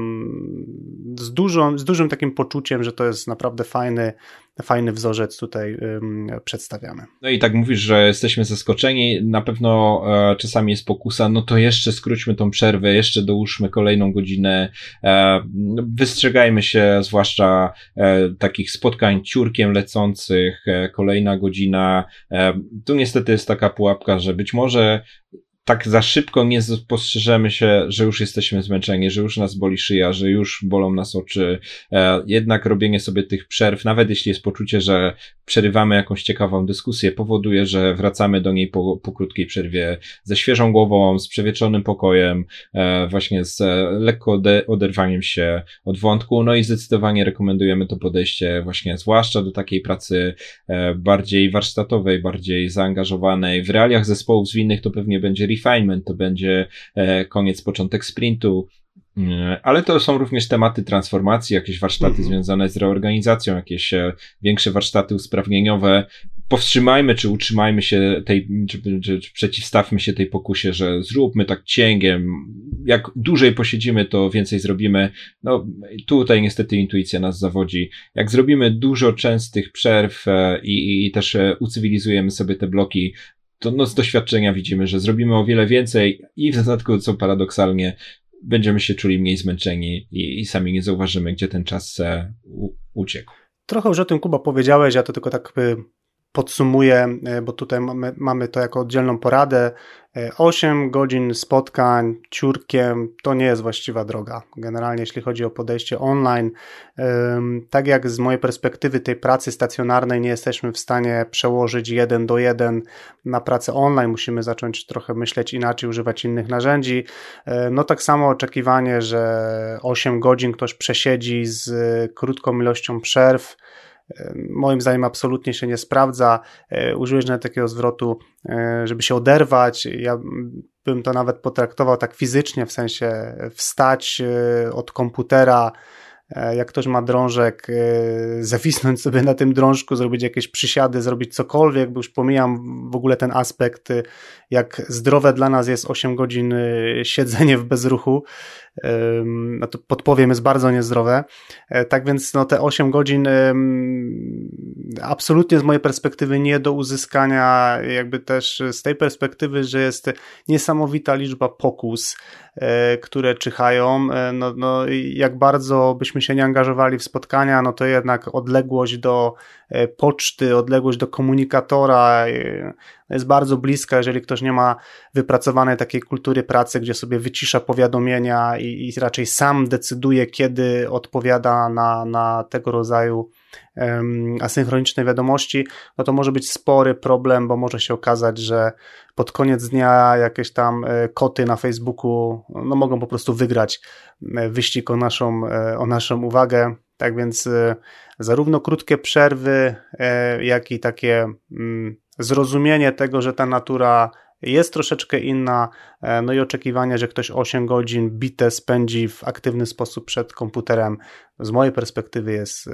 z, dużą, z dużym takim poczuciem, że to jest naprawdę fajny, fajny wzorzec tutaj um, przedstawiamy. No i tak mówisz, że jesteśmy zaskoczeni, na pewno e, czasami jest pokusa, no to jeszcze skróćmy tą przerwę, jeszcze dołóżmy kolejną godzinę, e, wystrzegajmy się zwłaszcza e, takich spotkań ciurkiem lecących, e, kolejna godzina, e, tu niestety jest taka pułapka, że być może tak za szybko nie spostrzeżemy się, że już jesteśmy zmęczeni, że już nas boli szyja, że już bolą nas oczy. E, jednak robienie sobie tych przerw, nawet jeśli jest poczucie, że przerywamy jakąś ciekawą dyskusję, powoduje, że wracamy do niej po, po krótkiej przerwie ze świeżą głową, z przewieczonym pokojem, e, właśnie z e, lekko ode, oderwaniem się od wątku. No i zdecydowanie rekomendujemy to podejście właśnie zwłaszcza do takiej pracy e, bardziej warsztatowej, bardziej zaangażowanej. W realiach zespołów zwinnych to pewnie będzie refinement, to będzie e, koniec, początek sprintu, e, ale to są również tematy transformacji, jakieś warsztaty mm-hmm. związane z reorganizacją, jakieś e, większe warsztaty usprawnieniowe. Powstrzymajmy, czy utrzymajmy się tej, czy, czy, czy przeciwstawmy się tej pokusie, że zróbmy tak cięgiem, jak dłużej posiedzimy, to więcej zrobimy. No tutaj niestety intuicja nas zawodzi. Jak zrobimy dużo częstych przerw e, i, i też e, ucywilizujemy sobie te bloki, to no z doświadczenia widzimy, że zrobimy o wiele więcej i w dodatku, co paradoksalnie, będziemy się czuli mniej zmęczeni i, i sami nie zauważymy, gdzie ten czas e, u, uciekł. Trochę już o tym, Kuba, powiedziałeś, ja to tylko tak podsumuję, bo tutaj mamy, mamy to jako oddzielną poradę. osiem godzin spotkań ciurkiem to nie jest właściwa droga. Generalnie jeśli chodzi o podejście online, tak jak z mojej perspektywy tej pracy stacjonarnej nie jesteśmy w stanie przełożyć jeden do jeden na pracę online, musimy zacząć trochę myśleć inaczej, używać innych narzędzi. No tak samo oczekiwanie, że osiem godzin ktoś przesiedzi z krótką ilością przerw, moim zdaniem absolutnie się nie sprawdza. Użyłeś nawet takiego zwrotu, żeby się oderwać. Ja bym to nawet potraktował tak fizycznie, w sensie wstać od komputera, jak ktoś ma drążek, zawisnąć sobie na tym drążku, zrobić jakieś przysiady, zrobić cokolwiek, bo już pomijam w ogóle ten aspekt, jak zdrowe dla nas jest osiem godzin siedzenie w bezruchu, no to podpowiem, jest bardzo niezdrowe. Tak więc no te osiem godzin absolutnie z mojej perspektywy nie do uzyskania, jakby też z tej perspektywy, że jest niesamowita liczba pokus, które czyhają. No, no jak bardzo byśmy się nie angażowali w spotkania, no to jednak odległość do poczty, odległość do komunikatora jest bardzo bliska, jeżeli ktoś nie ma wypracowanej takiej kultury pracy, gdzie sobie wycisza powiadomienia i, i raczej sam decyduje, kiedy odpowiada na, na tego rodzaju um, asynchroniczne wiadomości, no to może być spory problem, bo może się okazać, że pod koniec dnia jakieś tam koty na Facebooku no, mogą po prostu wygrać wyścig o naszą, o naszą uwagę. Tak więc zarówno krótkie przerwy, jak i takie zrozumienie tego, że ta natura jest troszeczkę inna, no i oczekiwanie, że ktoś osiem godzin bite spędzi w aktywny sposób przed komputerem, z mojej perspektywy jest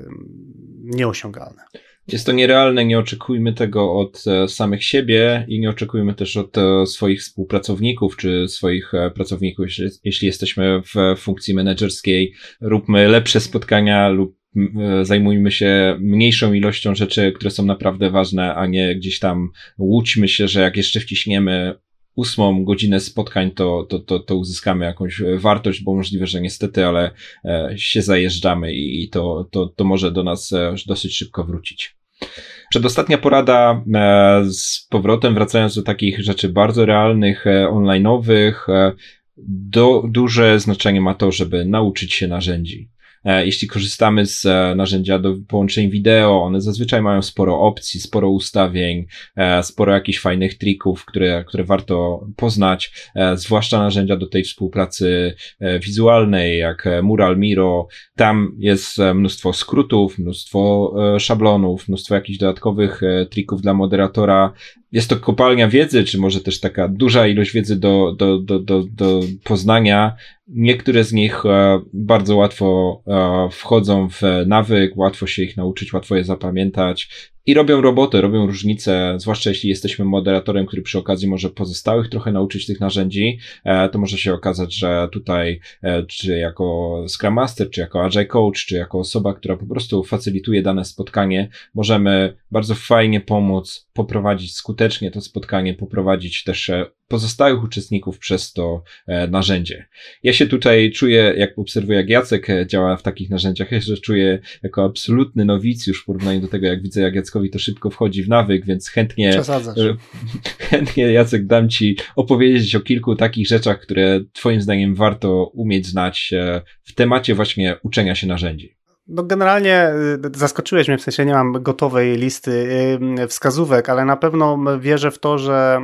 nieosiągalne. Jest to nierealne, nie oczekujmy tego od samych siebie i nie oczekujmy też od swoich współpracowników czy swoich pracowników, jeśli jesteśmy w funkcji menedżerskiej. Róbmy lepsze spotkania lub zajmujmy się mniejszą ilością rzeczy, które są naprawdę ważne, a nie gdzieś tam łudźmy się, że jak jeszcze wciśniemy ósmą godzinę spotkań, to, to, to, to uzyskamy jakąś wartość, bo możliwe, że niestety, ale się zajeżdżamy i to, to, to może do nas dosyć szybko wrócić. Przedostatnia porada e, z powrotem, wracając do takich rzeczy bardzo realnych, e, online'owych, e, do, duże znaczenie ma to, żeby nauczyć się narzędzi. Jeśli korzystamy z narzędzia do połączeń wideo, one zazwyczaj mają sporo opcji, sporo ustawień, sporo jakichś fajnych trików, które, które warto poznać, zwłaszcza narzędzia do tej współpracy wizualnej, jak Mural, Miro. Tam jest mnóstwo skrótów, mnóstwo szablonów, mnóstwo jakichś dodatkowych trików dla moderatora. Jest to kopalnia wiedzy, czy może też taka duża ilość wiedzy do, do, do, do, do poznania. Niektóre z nich bardzo łatwo wchodzą w nawyk, łatwo się ich nauczyć, łatwo je zapamiętać i robią robotę, robią różnicę, zwłaszcza jeśli jesteśmy moderatorem, który przy okazji może pozostałych trochę nauczyć tych narzędzi, to może się okazać, że tutaj czy jako Scrum Master, czy jako Agile Coach, czy jako osoba, która po prostu facylituje dane spotkanie, możemy bardzo fajnie pomóc poprowadzić skutecznie to spotkanie, poprowadzić też pozostałych uczestników przez to narzędzie. Ja się tutaj czuję, jak obserwuję, jak Jacek działa w takich narzędziach, ja się czuję jako absolutny nowicjusz w porównaniu do tego, jak widzę, jak Jackowi to szybko wchodzi w nawyk, więc chętnie, Przesadzasz. chętnie Jacek dam ci opowiedzieć o kilku takich rzeczach, które twoim zdaniem warto umieć znać w temacie właśnie uczenia się narzędzi. No generalnie zaskoczyłeś mnie, w sensie nie mam gotowej listy wskazówek, ale na pewno wierzę w to, że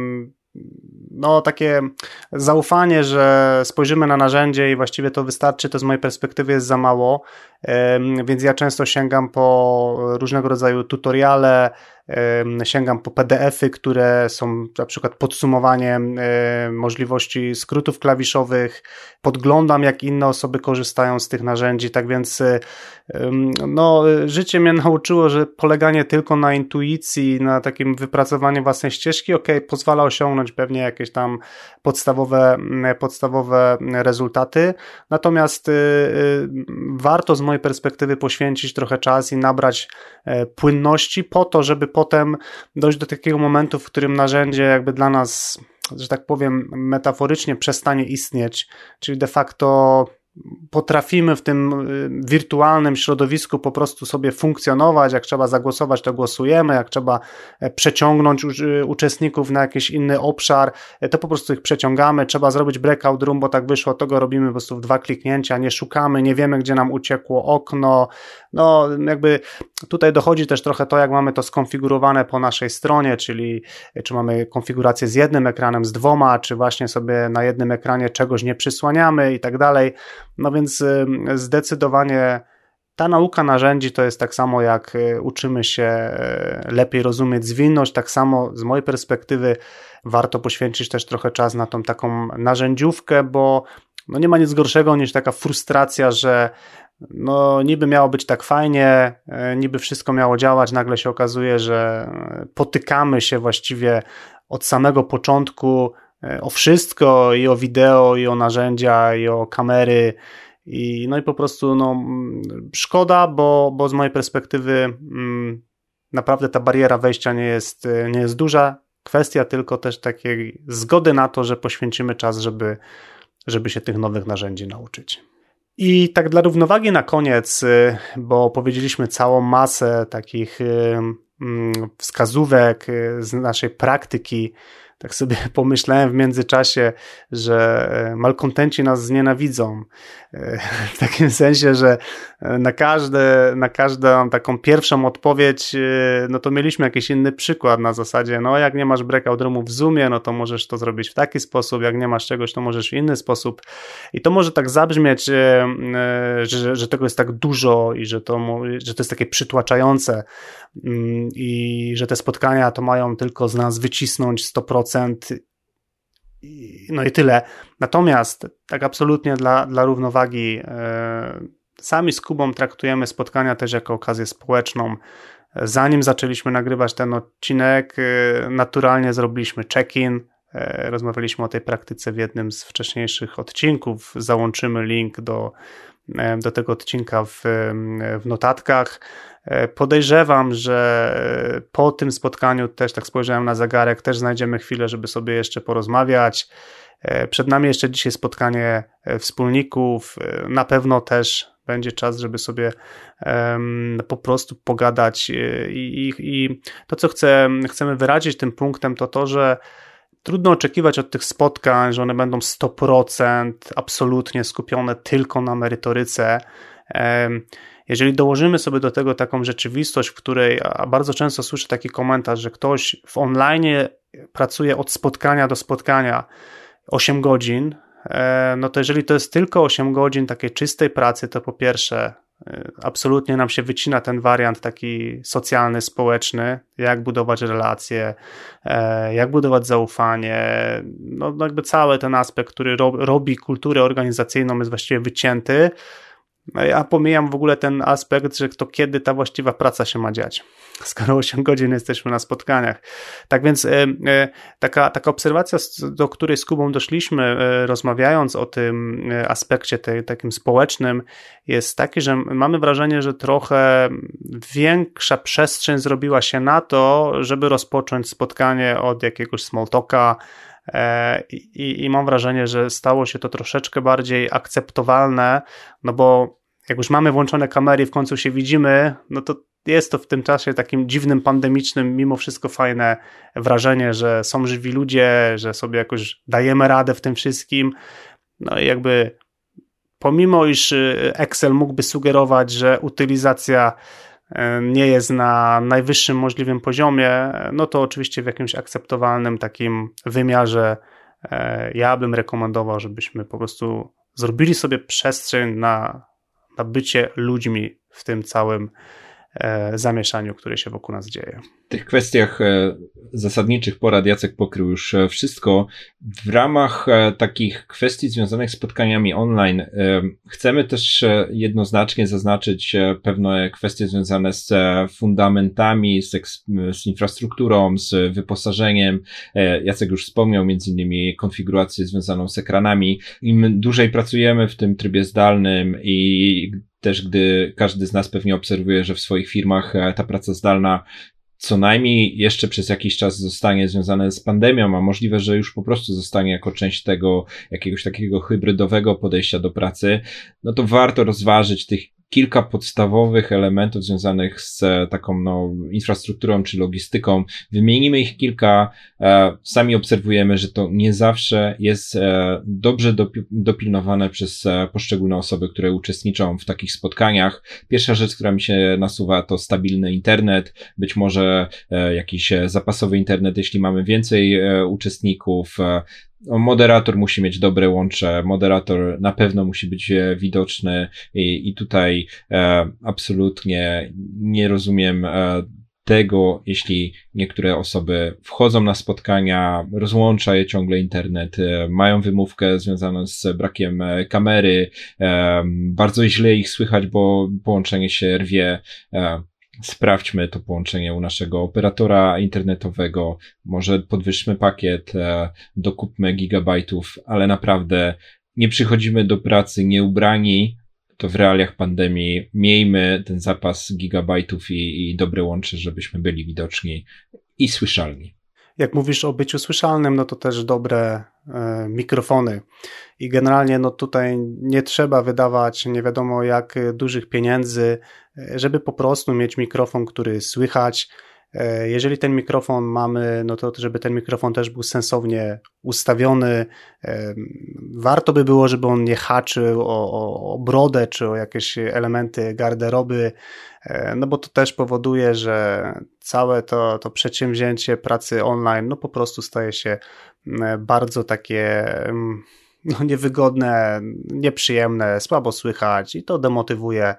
no takie zaufanie, że spojrzymy na narzędzie i właściwie to wystarczy, to z mojej perspektywy jest za mało, więc ja często sięgam po różnego rodzaju tutoriale, sięgam po P D F-y, które są na przykład podsumowaniem możliwości skrótów klawiszowych, podglądam, jak inne osoby korzystają z tych narzędzi, tak więc no, życie mnie nauczyło, że poleganie tylko na intuicji, na takim wypracowaniu własnej ścieżki, ok, pozwala osiągnąć pewnie jakieś tam podstawowe, podstawowe rezultaty, natomiast warto z mojej perspektywy poświęcić trochę czas i nabrać płynności po to, żeby potem dojść do takiego momentu, w którym narzędzie jakby dla nas, że tak powiem, metaforycznie przestanie istnieć, czyli de facto potrafimy w tym wirtualnym środowisku po prostu sobie funkcjonować, jak trzeba zagłosować, to głosujemy, jak trzeba przeciągnąć uczestników na jakiś inny obszar, to po prostu ich przeciągamy, trzeba zrobić breakout room, bo tak wyszło, to go robimy po prostu w dwa kliknięcia, nie szukamy, nie wiemy, gdzie nam uciekło okno, no jakby tutaj dochodzi też trochę to, jak mamy to skonfigurowane po naszej stronie, czyli czy mamy konfigurację z jednym ekranem, z dwoma, czy właśnie sobie na jednym ekranie czegoś nie przysłaniamy i tak dalej. No więc zdecydowanie ta nauka narzędzi to jest tak samo, jak uczymy się lepiej rozumieć zwinność, tak samo z mojej perspektywy warto poświęcić też trochę czas na tą taką narzędziówkę, bo no nie ma nic gorszego niż taka frustracja, że no niby miało być tak fajnie, niby wszystko miało działać, nagle się okazuje, że potykamy się właściwie od samego początku o wszystko, i o wideo, i o narzędzia, i o kamery, i no i po prostu no szkoda, bo, bo z mojej perspektywy mm, naprawdę ta bariera wejścia nie jest, nie jest duża, kwestia tylko też takiej zgody na to, że poświęcimy czas, żeby, żeby się tych nowych narzędzi nauczyć. I tak dla równowagi na koniec, bo powiedzieliśmy całą masę takich wskazówek z naszej praktyki, tak sobie pomyślałem w międzyczasie, że malkontenci nas znienawidzą. W takim sensie, że na każde, na każdą taką pierwszą odpowiedź, no to mieliśmy jakiś inny przykład na zasadzie, no jak nie masz breakout roomu w Zoomie, no to możesz to zrobić w taki sposób, jak nie masz czegoś, to możesz w inny sposób. I to może tak zabrzmieć, że, że tego jest tak dużo i że to, że to jest takie przytłaczające i że te spotkania to mają tylko z nas wycisnąć sto procent. No i tyle. Natomiast tak absolutnie dla, dla równowagi yy, sami z Kubą traktujemy spotkania też jako okazję społeczną. Zanim zaczęliśmy nagrywać ten odcinek, yy, naturalnie zrobiliśmy check-in, yy, rozmawialiśmy o tej praktyce w jednym z wcześniejszych odcinków. Załączymy link do, yy, do tego odcinka w, yy, w notatkach. Podejrzewam, że po tym spotkaniu też tak spojrzałem na zegarek, też znajdziemy chwilę, żeby sobie jeszcze porozmawiać. Przed nami jeszcze dzisiaj spotkanie wspólników, na pewno też będzie czas, żeby sobie um, po prostu pogadać i, i, i to, co chcę, chcemy wyrazić tym punktem, to to, że trudno oczekiwać od tych spotkań, że one będą sto procent absolutnie skupione tylko na merytoryce. Um, Jeżeli dołożymy sobie do tego taką rzeczywistość, w której, a bardzo często słyszę taki komentarz, że ktoś w online pracuje od spotkania do spotkania osiem godzin, no to jeżeli to jest tylko osiem godzin takiej czystej pracy, to po pierwsze absolutnie nam się wycina ten wariant taki socjalny, społeczny, jak budować relacje, jak budować zaufanie, no jakby cały ten aspekt, który robi kulturę organizacyjną, jest właściwie wycięty. No ja pomijam w ogóle ten aspekt, że to kiedy ta właściwa praca się ma dziać, skoro osiem godzin jesteśmy na spotkaniach. Tak więc y, y, taka, taka obserwacja, do której z Kubą doszliśmy, y, rozmawiając o tym y, aspekcie tej, takim społecznym, jest taki, że mamy wrażenie, że trochę większa przestrzeń zrobiła się na to, żeby rozpocząć spotkanie od jakiegoś small talka, I, i mam wrażenie, że stało się to troszeczkę bardziej akceptowalne, no bo jak już mamy włączone kamery i w końcu się widzimy, no to jest to w tym czasie takim dziwnym, pandemicznym, mimo wszystko fajne wrażenie, że są żywi ludzie, że sobie jakoś dajemy radę w tym wszystkim. No i jakby pomimo iż Excel mógłby sugerować, że utylizacja nie jest na najwyższym możliwym poziomie, no to oczywiście w jakimś akceptowalnym takim wymiarze ja bym rekomendował, żebyśmy po prostu zrobili sobie przestrzeń na, na bycie ludźmi w tym całym zamieszaniu, które się wokół nas dzieje. W tych kwestiach zasadniczych porad Jacek pokrył już wszystko. W ramach takich kwestii związanych z spotkaniami online chcemy też jednoznacznie zaznaczyć pewne kwestie związane z fundamentami, z, z infrastrukturą, z wyposażeniem. Jacek już wspomniał między innymi konfigurację związaną z ekranami. Im dłużej pracujemy w tym trybie zdalnym i też gdy każdy z nas pewnie obserwuje, że w swoich firmach ta praca zdalna co najmniej jeszcze przez jakiś czas zostanie związane z pandemią, a możliwe, że już po prostu zostanie jako część tego jakiegoś takiego hybrydowego podejścia do pracy, no to warto rozważyć tych kilka podstawowych elementów związanych z taką no, infrastrukturą czy logistyką. Wymienimy ich kilka, e, sami obserwujemy, że to nie zawsze jest e, dobrze dopi- dopilnowane przez e, poszczególne osoby, które uczestniczą w takich spotkaniach. Pierwsza rzecz, która mi się nasuwa, to stabilny internet, być może e, jakiś zapasowy internet, jeśli mamy więcej e, uczestników. E, Moderator musi mieć dobre łącze, moderator na pewno musi być widoczny i, i tutaj e, absolutnie nie rozumiem e, tego, jeśli niektóre osoby wchodzą na spotkania, rozłącza je ciągle internet, e, mają wymówkę związaną z brakiem e, kamery, e, bardzo źle ich słychać, bo połączenie się rwie. E, Sprawdźmy to połączenie u naszego operatora internetowego, może podwyższmy pakiet, dokupmy gigabajtów, ale naprawdę nie przychodzimy do pracy nieubrani, to w realiach pandemii miejmy ten zapas gigabajtów i, i dobre łącze, żebyśmy byli widoczni i słyszalni. Jak mówisz o byciu słyszalnym, no to też dobre e, mikrofony i generalnie no tutaj nie trzeba wydawać nie wiadomo jak dużych pieniędzy, żeby po prostu mieć mikrofon, który słychać. E, jeżeli ten mikrofon mamy, no to żeby ten mikrofon też był sensownie ustawiony. E, warto by było, żeby on nie haczył o, o, o brodę czy o jakieś elementy garderoby, e, no bo to też powoduje, że całe to, to przedsięwzięcie pracy online no po prostu staje się bardzo takie no niewygodne, nieprzyjemne, słabo słychać i to demotywuje.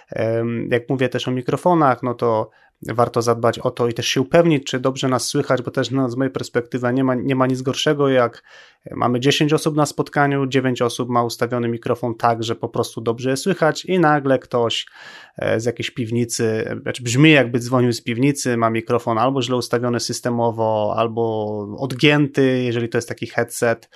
Jak mówię też o mikrofonach, no to warto zadbać o to i też się upewnić, czy dobrze nas słychać, bo też no, z mojej perspektywy nie ma, nie ma nic gorszego, jak mamy dziesięć osób na spotkaniu, dziewięć osób ma ustawiony mikrofon tak, że po prostu dobrze je słychać i nagle ktoś z jakiejś piwnicy, znaczy brzmi jakby dzwonił z piwnicy, ma mikrofon albo źle ustawiony systemowo, albo odgięty, jeżeli to jest taki headset,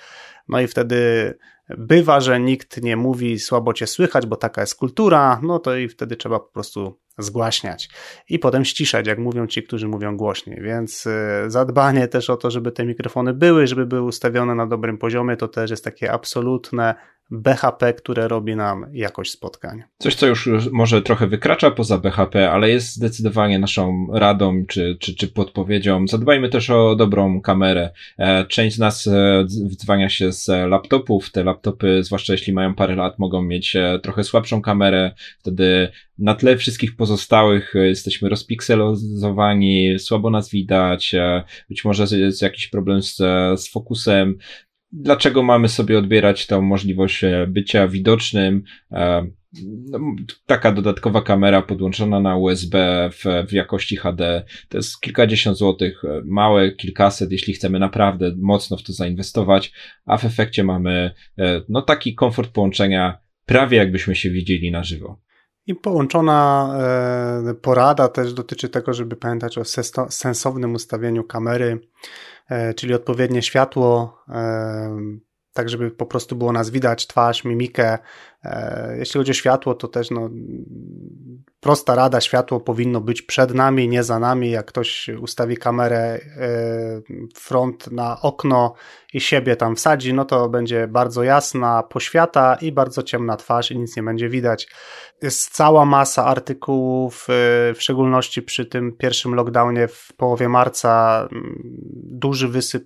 no i wtedy bywa, że nikt nie mówi słabo cię słychać, bo taka jest kultura, no to i wtedy trzeba po prostu zgłaśniać i potem ściszać, jak mówią ci, którzy mówią głośniej, więc zadbanie też o to, żeby te mikrofony były, żeby były ustawione na dobrym poziomie, to też jest takie absolutne B H P, które robi nam jakość spotkań. Coś, co już może trochę wykracza poza B H P, ale jest zdecydowanie naszą radą czy, czy, czy podpowiedzią. Zadbajmy też o dobrą kamerę. Część z nas wdzwania się z laptopów. Te laptopy, zwłaszcza jeśli mają parę lat, mogą mieć trochę słabszą kamerę. Wtedy na tle wszystkich pozostałych jesteśmy rozpikselowani, słabo nas widać, być może jest jakiś problem z, z fokusem. Dlaczego mamy sobie odbierać tą możliwość bycia widocznym? Taka dodatkowa kamera podłączona na U S B w, w jakości H D to jest kilkadziesiąt złotych, małe, kilkaset, jeśli chcemy naprawdę mocno w to zainwestować, a w efekcie mamy no taki komfort połączenia, prawie jakbyśmy się widzieli na żywo. I połączona e, porada też dotyczy tego, żeby pamiętać o sensownym ustawieniu kamery, e, czyli odpowiednie światło, e, tak żeby po prostu było nas widać, twarz, mimikę. E, jeśli chodzi o światło, to też no, prosta rada, światło powinno być przed nami, nie za nami. Jak ktoś ustawi kamerę e, front na okno i siebie tam wsadzi, no to będzie bardzo jasna poświata i bardzo ciemna twarz i nic nie będzie widać. Jest cała masa artykułów, w szczególności przy tym pierwszym lockdownie w połowie marca, duży wysyp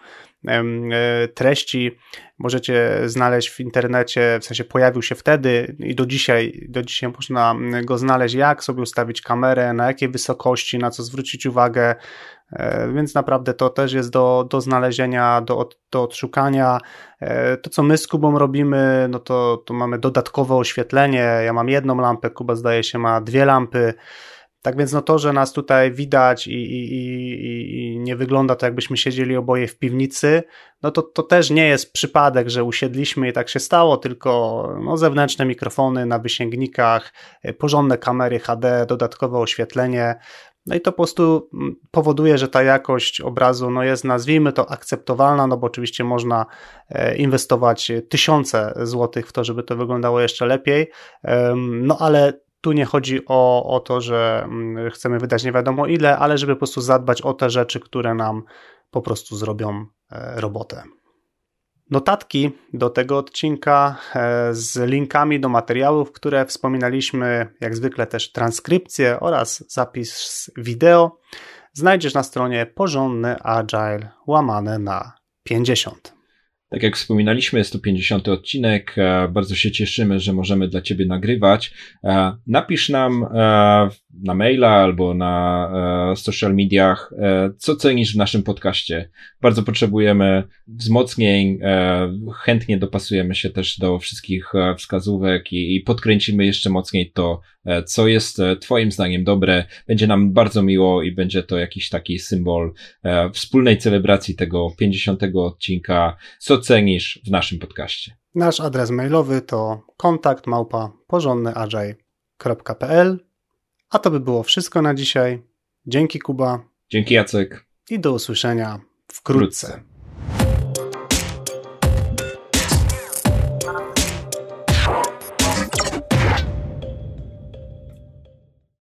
treści możecie znaleźć w internecie, w sensie pojawił się wtedy i do dzisiaj, do dzisiaj można go znaleźć, jak sobie ustawić kamerę, na jakiej wysokości, na co zwrócić uwagę, więc naprawdę to też jest do, do znalezienia, do, do odszukania. To, co my z Kubą robimy, no to, to mamy dodatkowe oświetlenie, ja mam jedną lampę, Kuba zdaje się ma dwie lampy. Tak więc no to, że nas tutaj widać i, i, i, i nie wygląda to, jakbyśmy siedzieli oboje w piwnicy, no to, to też nie jest przypadek, że usiedliśmy i tak się stało, tylko no zewnętrzne mikrofony na wysięgnikach, porządne kamery H D, dodatkowe oświetlenie. No i to po prostu powoduje, że ta jakość obrazu no jest, nazwijmy to, akceptowalna, no bo oczywiście można inwestować tysiące złotych w to, żeby to wyglądało jeszcze lepiej, no ale tu nie chodzi o, o to, że chcemy wydać nie wiadomo ile, ale żeby po prostu zadbać o te rzeczy, które nam po prostu zrobią robotę. Notatki do tego odcinka z linkami do materiałów, które wspominaliśmy, jak zwykle też transkrypcję oraz zapis wideo znajdziesz na stronie porządny agile łamane na pięćdziesiąt. Tak jak wspominaliśmy, jest to pięćdziesiąty odcinek. Bardzo się cieszymy, że możemy dla Ciebie nagrywać. Napisz nam na maila albo na social mediach, co cenisz w naszym podcaście. Bardzo potrzebujemy wzmocnień. Chętnie dopasujemy się też do wszystkich wskazówek i podkręcimy jeszcze mocniej to, co jest Twoim zdaniem dobre. Będzie nam bardzo miło i będzie to jakiś taki symbol wspólnej celebracji tego pięćdziesiątego odcinka. Co cenisz w naszym podcaście? Nasz adres mailowy to kontakt małpa porządny agile kropka p l. A to by było wszystko na dzisiaj. Dzięki, Kuba. Dzięki, Jacek. I do usłyszenia wkrótce. wkrótce.